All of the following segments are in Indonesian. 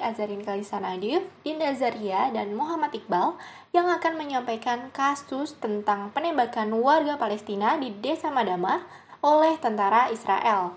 Azarin Kalisa Nadif, Dinda Zaria, dan Muhammad Iqbal yang akan menyampaikan kasus tentang penembakan warga Palestina di Desa Madamah oleh tentara Israel.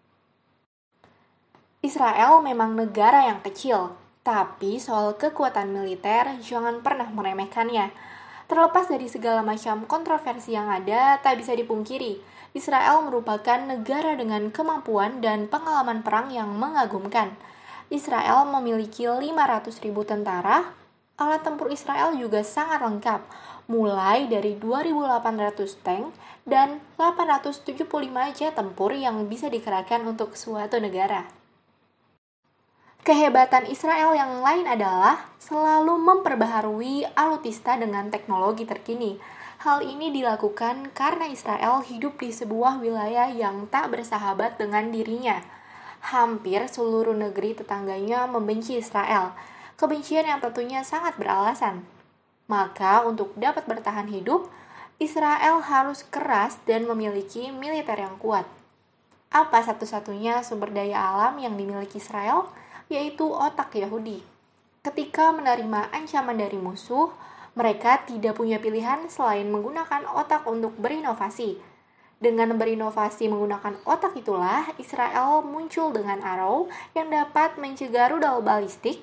Israel memang negara yang kecil, tapi soal kekuatan militer jangan pernah meremehkannya. Terlepas dari segala macam kontroversi yang ada, tak bisa dipungkiri, Israel merupakan negara dengan kemampuan dan pengalaman perang yang mengagumkan. Israel memiliki 500.000 tentara, alat tempur Israel juga sangat lengkap, mulai dari 2.800 tank dan 875 jet tempur yang bisa dikerahkan untuk suatu negara. Kehebatan Israel yang lain adalah selalu memperbaharui alutsista dengan teknologi terkini. Hal ini dilakukan karena Israel hidup di sebuah wilayah yang tak bersahabat dengan dirinya. Hampir seluruh negeri tetangganya membenci Israel, kebencian yang tentunya sangat beralasan. Maka untuk dapat bertahan hidup, Israel harus keras dan memiliki militer yang kuat. Apa satu-satunya sumber daya alam yang dimiliki Israel? Yaitu otak Yahudi. Ketika menerima ancaman dari musuh, mereka tidak punya pilihan selain menggunakan otak untuk berinovasi. Dengan berinovasi menggunakan otak itulah, Israel muncul dengan Arrow yang dapat mencegah rudal balistik.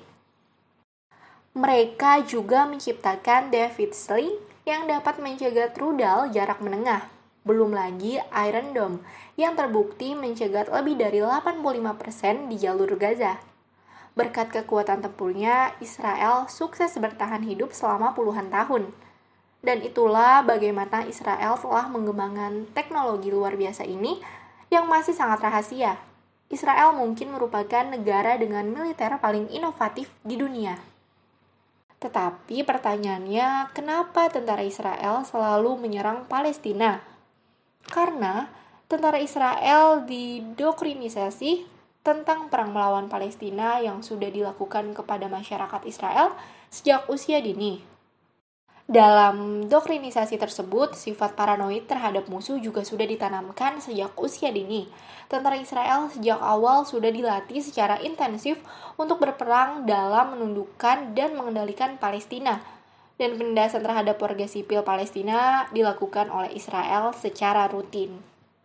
Mereka juga menciptakan David Sling yang dapat mencegah rudal jarak menengah. Belum lagi Iron Dome yang terbukti mencegat lebih dari 85% di jalur Gaza. Berkat kekuatan tempurnya, Israel sukses bertahan hidup selama puluhan tahun. Dan itulah bagaimana Israel telah mengembangkan teknologi luar biasa ini yang masih sangat rahasia. Israel mungkin merupakan negara dengan militer paling inovatif di dunia. Tetapi pertanyaannya, kenapa tentara Israel selalu menyerang Palestina? Karena tentara Israel didoktrinisasi tentang perang melawan Palestina yang sudah dilakukan kepada masyarakat Israel sejak usia dini. Dalam doktrinisasi tersebut, sifat paranoid terhadap musuh juga sudah ditanamkan sejak usia dini. Tentara Israel sejak awal sudah dilatih secara intensif untuk berperang dalam menundukkan dan mengendalikan Palestina. Dan penindasan terhadap warga sipil Palestina dilakukan oleh Israel secara rutin.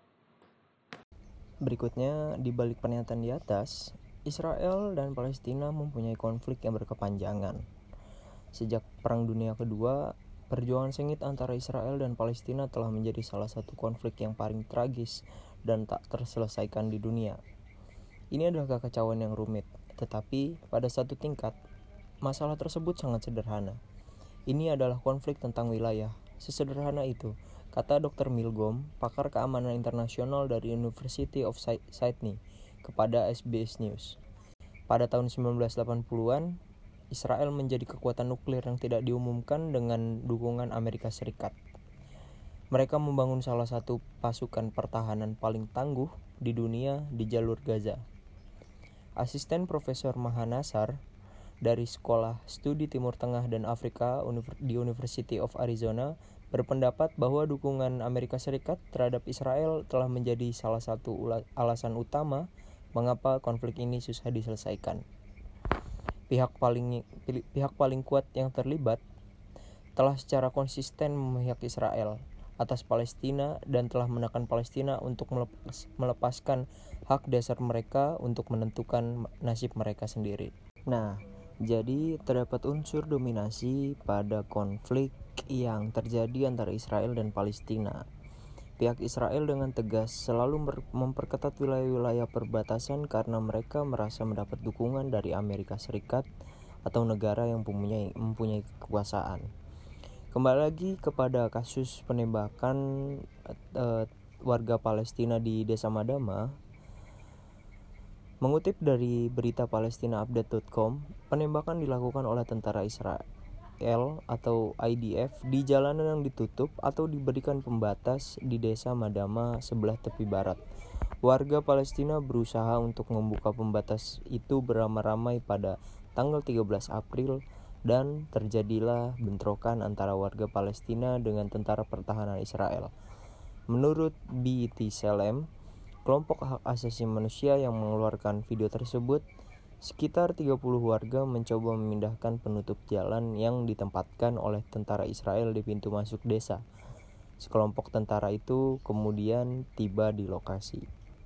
Berikutnya, di balik pernyataan di atas, Israel dan Palestina mempunyai konflik yang berkepanjangan. Sejak Perang Dunia Kedua, perjuangan sengit antara Israel dan Palestina telah menjadi salah satu konflik yang paling tragis dan tak terselesaikan di dunia. Ini adalah kekacauan yang rumit, tetapi pada satu tingkat, masalah tersebut sangat sederhana. Ini adalah konflik tentang wilayah. Sesederhana itu, kata Dr. Milgrom, pakar keamanan internasional dari University of Sydney, kepada SBS News. Pada tahun 1980-an, Israel menjadi kekuatan nuklir yang tidak diumumkan dengan dukungan Amerika Serikat. Mereka membangun salah satu pasukan pertahanan paling tangguh di dunia di jalur Gaza. Asisten Profesor Mahanasar dari Sekolah Studi Timur Tengah dan Afrika di University of Arizona berpendapat bahwa dukungan Amerika Serikat terhadap Israel telah menjadi salah satu alasan utama mengapa konflik ini susah diselesaikan. Pihak paling kuat yang terlibat telah secara konsisten memihak Israel atas Palestina dan telah menekan Palestina untuk melepaskan hak dasar mereka untuk menentukan nasib mereka sendiri. Nah, jadi terdapat unsur dominasi pada konflik yang terjadi antara Israel dan Palestina. Pihak Israel dengan tegas selalu memperketat wilayah-wilayah perbatasan karena mereka merasa mendapat dukungan dari Amerika Serikat atau negara yang mempunyai kekuasaan. Kembali lagi kepada kasus penembakan warga Palestina di Desa Madamah. Mengutip dari berita PalestinaUpdate.com, penembakan dilakukan oleh tentara Israel atau IDF di jalanan yang ditutup atau diberikan pembatas di Desa Madamah sebelah tepi barat. Warga Palestina berusaha untuk membuka pembatas itu beramai-ramai pada tanggal 13 April dan terjadilah bentrokan antara warga Palestina dengan tentara pertahanan Israel. Menurut BET Selem, kelompok hak asasi manusia yang mengeluarkan video tersebut, Sekitar 30 warga mencoba memindahkan penutup jalan yang ditempatkan oleh tentara Israel di pintu masuk desa. Sekelompok tentara itu kemudian tiba di lokasi.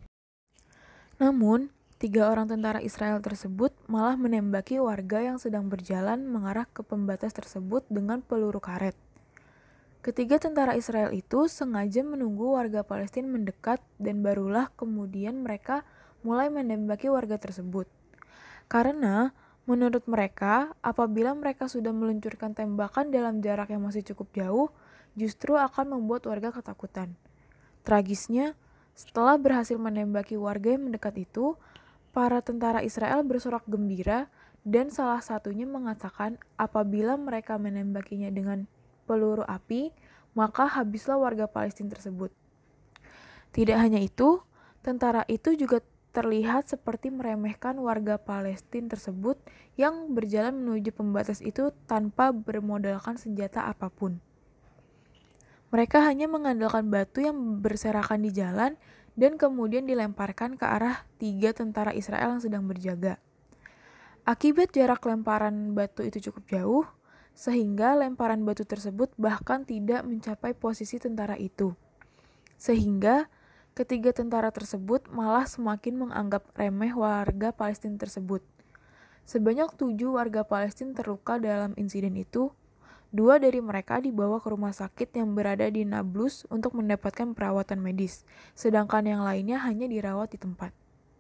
Namun, 3 orang tentara Israel tersebut malah menembaki warga yang sedang berjalan mengarah ke pembatas tersebut dengan peluru karet. Ketiga tentara Israel itu sengaja menunggu warga Palestina mendekat dan barulah kemudian mereka mulai menembaki warga tersebut. Karena menurut mereka, apabila mereka sudah meluncurkan tembakan dalam jarak yang masih cukup jauh, justru akan membuat warga ketakutan. Tragisnya, setelah berhasil menembaki warga yang mendekat itu, para tentara Israel bersorak gembira dan salah satunya mengatakan apabila mereka menembakinya dengan peluru api, maka habislah warga Palestina tersebut. Tidak hanya itu, tentara itu juga terlihat seperti meremehkan warga Palestina tersebut yang berjalan menuju pembatas itu tanpa bermodalkan senjata apapun. Mereka hanya mengandalkan batu yang berserakan di jalan dan kemudian dilemparkan ke arah 3 tentara Israel yang sedang berjaga. Akibat jarak lemparan batu itu cukup jauh, sehingga lemparan batu tersebut bahkan tidak mencapai posisi tentara itu. Sehingga ketiga tentara tersebut malah semakin menganggap remeh warga Palestina tersebut. Sebanyak 7 warga Palestina terluka dalam insiden itu. 2 dari mereka dibawa ke rumah sakit yang berada di Nablus untuk mendapatkan perawatan medis, sedangkan yang lainnya hanya dirawat di tempat.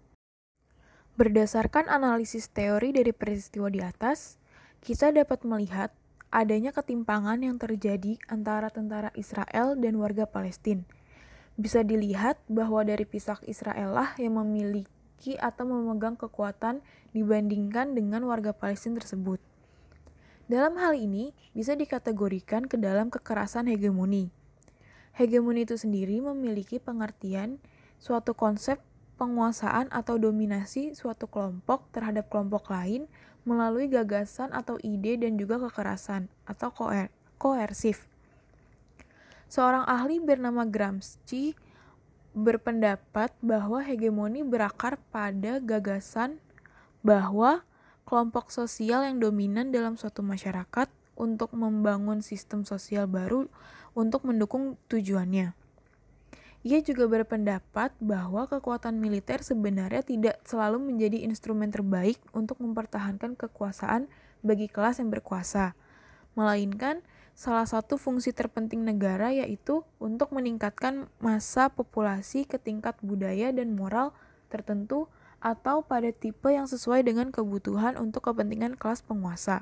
Berdasarkan analisis teori dari peristiwa di atas, kita dapat melihat adanya ketimpangan yang terjadi antara tentara Israel dan warga Palestina. Bisa dilihat bahwa dari pihak Israel lah yang memiliki atau memegang kekuatan dibandingkan dengan warga Palestina tersebut. Dalam hal ini, bisa dikategorikan ke dalam kekerasan hegemoni. Hegemoni itu sendiri memiliki pengertian suatu konsep penguasaan atau dominasi suatu kelompok terhadap kelompok lain melalui gagasan atau ide dan juga kekerasan atau koersif. Seorang ahli bernama Gramsci berpendapat bahwa hegemoni berakar pada gagasan bahwa kelompok sosial yang dominan dalam suatu masyarakat untuk membangun sistem sosial baru untuk mendukung tujuannya. Ia juga berpendapat bahwa kekuatan militer sebenarnya tidak selalu menjadi instrumen terbaik untuk mempertahankan kekuasaan bagi kelas yang berkuasa, melainkan salah satu fungsi terpenting negara yaitu untuk meningkatkan massa populasi ke tingkat budaya dan moral tertentu atau pada tipe yang sesuai dengan kebutuhan untuk kepentingan kelas penguasa.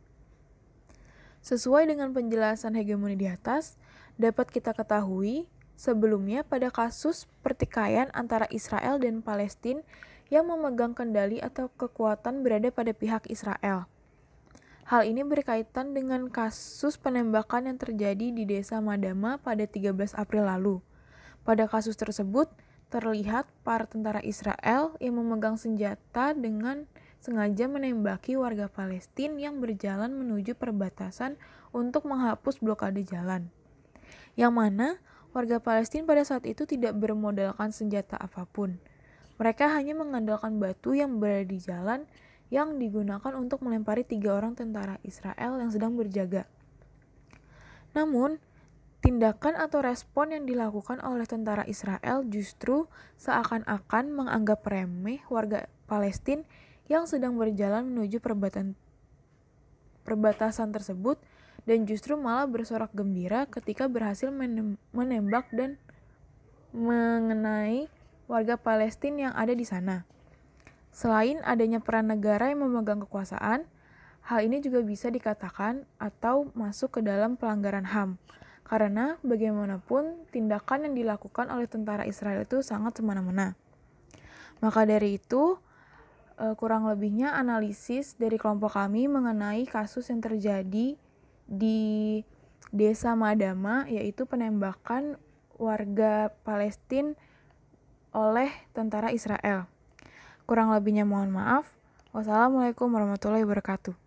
Sesuai dengan penjelasan hegemoni di atas, dapat kita ketahui sebelumnya pada kasus pertikaian antara Israel dan Palestina yang memegang kendali atau kekuatan berada pada pihak Israel. Hal ini berkaitan dengan kasus penembakan yang terjadi di desa Madama pada 13 April lalu. Pada kasus tersebut, terlihat para tentara Israel yang memegang senjata dengan sengaja menembaki warga Palestina yang berjalan menuju perbatasan untuk menghapus blokade jalan. Yang mana warga Palestina pada saat itu tidak bermodalkan senjata apapun. Mereka hanya mengandalkan batu yang berada di jalan yang digunakan untuk melempari 3 orang tentara Israel yang sedang berjaga. Namun, tindakan atau respon yang dilakukan oleh tentara Israel justru seakan-akan menganggap remeh warga Palestina yang sedang berjalan menuju perbatasan tersebut dan justru malah bersorak gembira ketika berhasil menembak dan mengenai warga Palestina yang ada di sana. Selain adanya peran negara yang memegang kekuasaan, hal ini juga bisa dikatakan atau masuk ke dalam pelanggaran HAM. Karena bagaimanapun tindakan yang dilakukan oleh tentara Israel itu sangat semena-mena. Maka dari itu, kurang lebihnya analisis dari kelompok kami mengenai kasus yang terjadi di desa Madama, yaitu penembakan warga Palestina oleh tentara Israel. Kurang lebihnya mohon maaf. Wassalamualaikum warahmatullahi wabarakatuh.